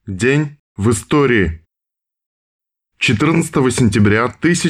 День в истории. 14 сентября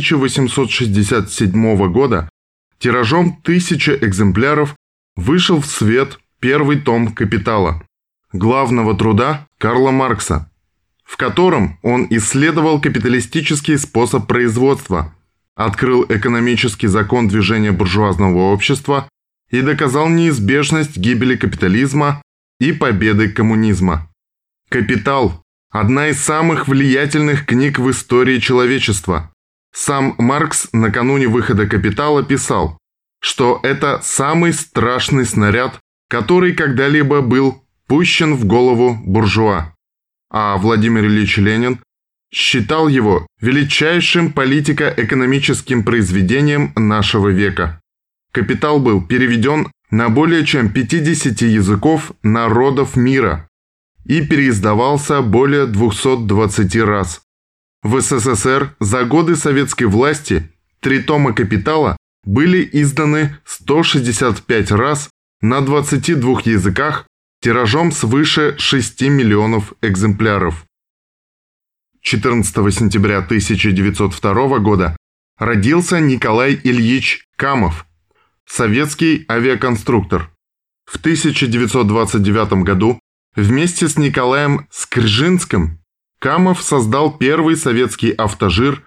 1867 года тиражом 1000 экземпляров вышел в свет первый том «Капитала», главного труда Карла Маркса, в котором он исследовал капиталистический способ производства, открыл экономический закон движения буржуазного общества и доказал неизбежность гибели капитализма и победы коммунизма. «Капитал» – одна из самых влиятельных книг в истории человечества. Сам Маркс накануне выхода «Капитала» писал, что это самый страшный снаряд, который когда-либо был пущен в голову буржуа. А Владимир Ильич Ленин считал его величайшим политико-экономическим произведением нашего века. «Капитал» был переведен на более чем 50 языков народов мира и переиздавался более 220 раз. В СССР за годы советской власти 3 тома «Капитала» были изданы 165 раз на 22 языках тиражом свыше 6 миллионов экземпляров. 14 сентября 1902 года родился Николай Ильич Камов, советский авиаконструктор. В 1929 году вместе с Николаем Скржинским Камов создал первый советский автожир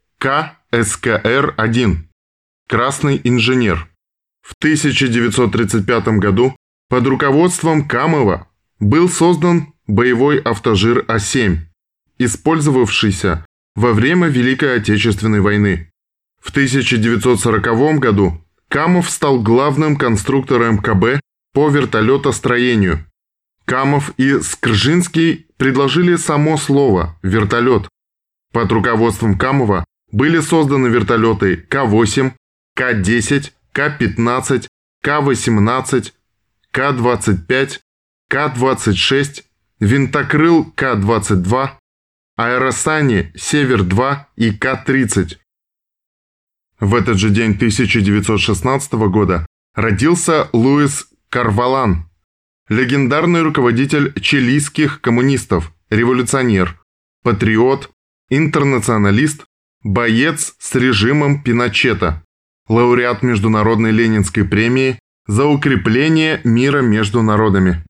КСКР-1 «Красный инженер». В 1935 году под руководством Камова был создан боевой автожир А-7, использовавшийся во время Великой Отечественной войны. В 1940 году Камов стал главным конструктором МКБ по вертолетостроению. Камов и Скржинский предложили само слово «вертолет». Под руководством Камова были созданы вертолеты К-8, К-10, К-15, К-18, К-25, К-26, винтокрыл К-22, аэросани «Север-2» и К-30. В этот же день 1916 года родился Луис Корвалан, легендарный руководитель чилийских коммунистов, революционер, патриот, интернационалист, боец с режимом Пиночета, лауреат Международной Ленинской премии за укрепление мира между народами.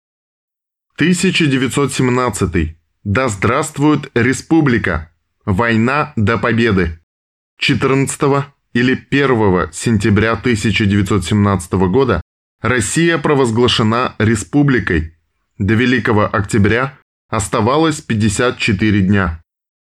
1917. Да здравствует республика! Война до победы! 14 или 1 сентября 1917 года Россия провозглашена республикой. До Великого Октября оставалось 54 дня.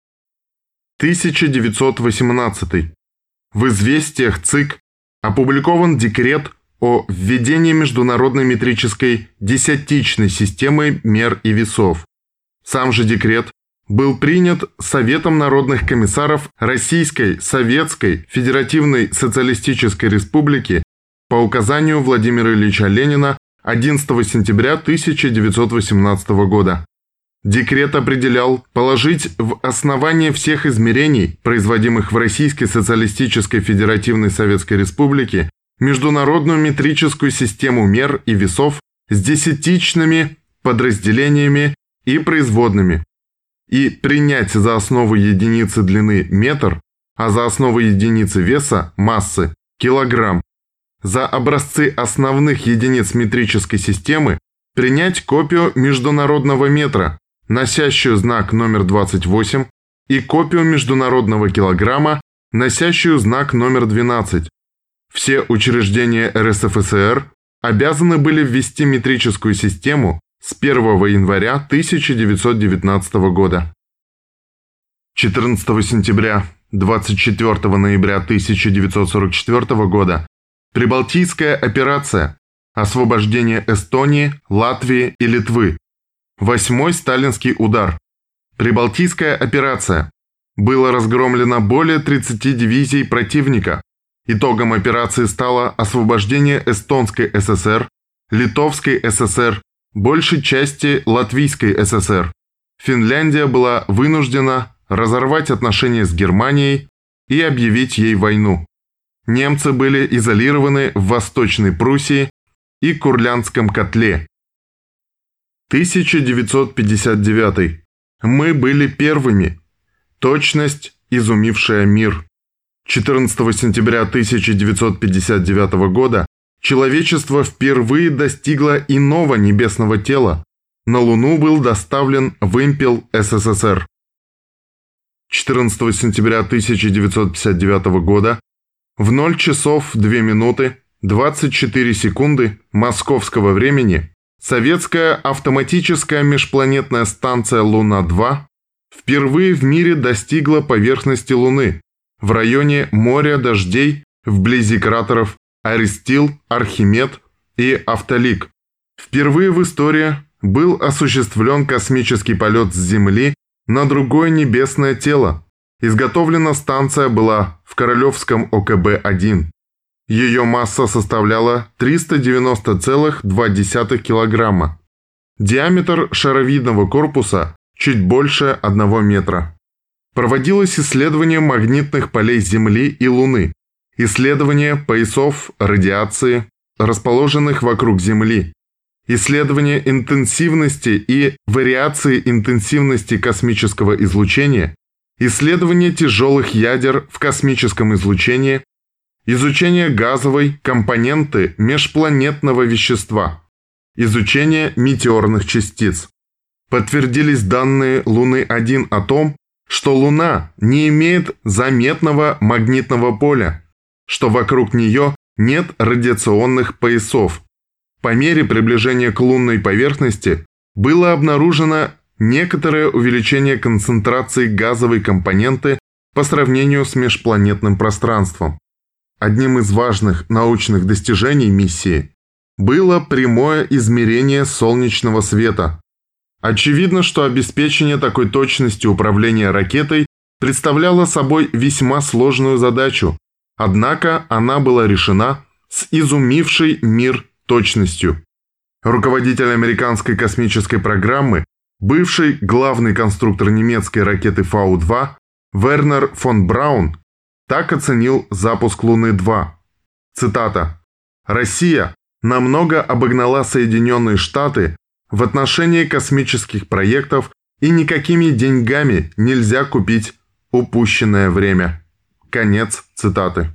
1918. В известиях ЦИК опубликован декрет о введении международной метрической десятичной системы мер и весов. Сам же декрет был принят Советом народных комиссаров Российской Советской Федеративной Социалистической Республики по указанию Владимира Ильича Ленина 11 сентября 1918 года. Декрет определял положить в основание всех измерений, производимых в Российской Социалистической Федеративной Советской Республике, международную метрическую систему мер и весов с десятичными подразделениями и производными, и принять за основу единицы длины метр, а за основу единицы веса массы килограмм. За образцы основных единиц метрической системы принять копию международного метра, носящую знак номер 28, и копию международного килограмма, носящую знак номер 12. Все учреждения РСФСР обязаны были ввести метрическую систему с 1 января 1919 года. 14 сентября 24 ноября 1944 года Прибалтийская операция. Освобождение Эстонии, Латвии и Литвы. 8-й сталинский удар. Прибалтийская операция. Было разгромлено более 30 дивизий противника. Итогом операции стало освобождение Эстонской ССР, Литовской ССР, большей части Латвийской ССР. Финляндия была вынуждена разорвать отношения с Германией и объявить ей войну. Немцы были изолированы в Восточной Пруссии и Курляндском котле. 1959. Мы были первыми. Точность, изумившая мир. 14 сентября 1959 года человечество впервые достигло иного небесного тела. На Луну был доставлен вымпел СССР. 14 сентября 1959 года в 0 часов 2 минуты 24 секунды московского времени советская автоматическая межпланетная станция «Луна-2» впервые в мире достигла поверхности Луны в районе моря дождей вблизи кратеров Аристил, Архимед и Автолик. Впервые в истории был осуществлен космический полет с Земли на другое небесное тело. Изготовлена станция была в Королевском ОКБ-1. Ее масса составляла 390,2 килограмма. Диаметр шаровидного корпуса чуть больше 1 метра. Проводилось исследование магнитных полей Земли и Луны, исследование поясов радиации, расположенных вокруг Земли, исследование интенсивности и вариации интенсивности космического излучения, исследование тяжелых ядер в космическом излучении, изучение газовой компоненты межпланетного вещества, изучение метеорных частиц. Подтвердились данные Луны-1 о том, что Луна не имеет заметного магнитного поля, что вокруг нее нет радиационных поясов. По мере приближения к лунной поверхности было обнаружено некоторое увеличение концентрации газовой компоненты по сравнению с межпланетным пространством. Одним из важных научных достижений миссии было прямое измерение солнечного света. Очевидно, что обеспечение такой точности управления ракетой представляло собой весьма сложную задачу, однако она была решена с изумившей мир точностью. Руководитель американской космической программы, бывший главный конструктор немецкой ракеты Фау-2 Вернер фон Браун, так оценил запуск Луны-2. Цитата: «Россия намного обогнала Соединенные Штаты в отношении космических проектов, и никакими деньгами нельзя купить упущенное время». Конец цитаты.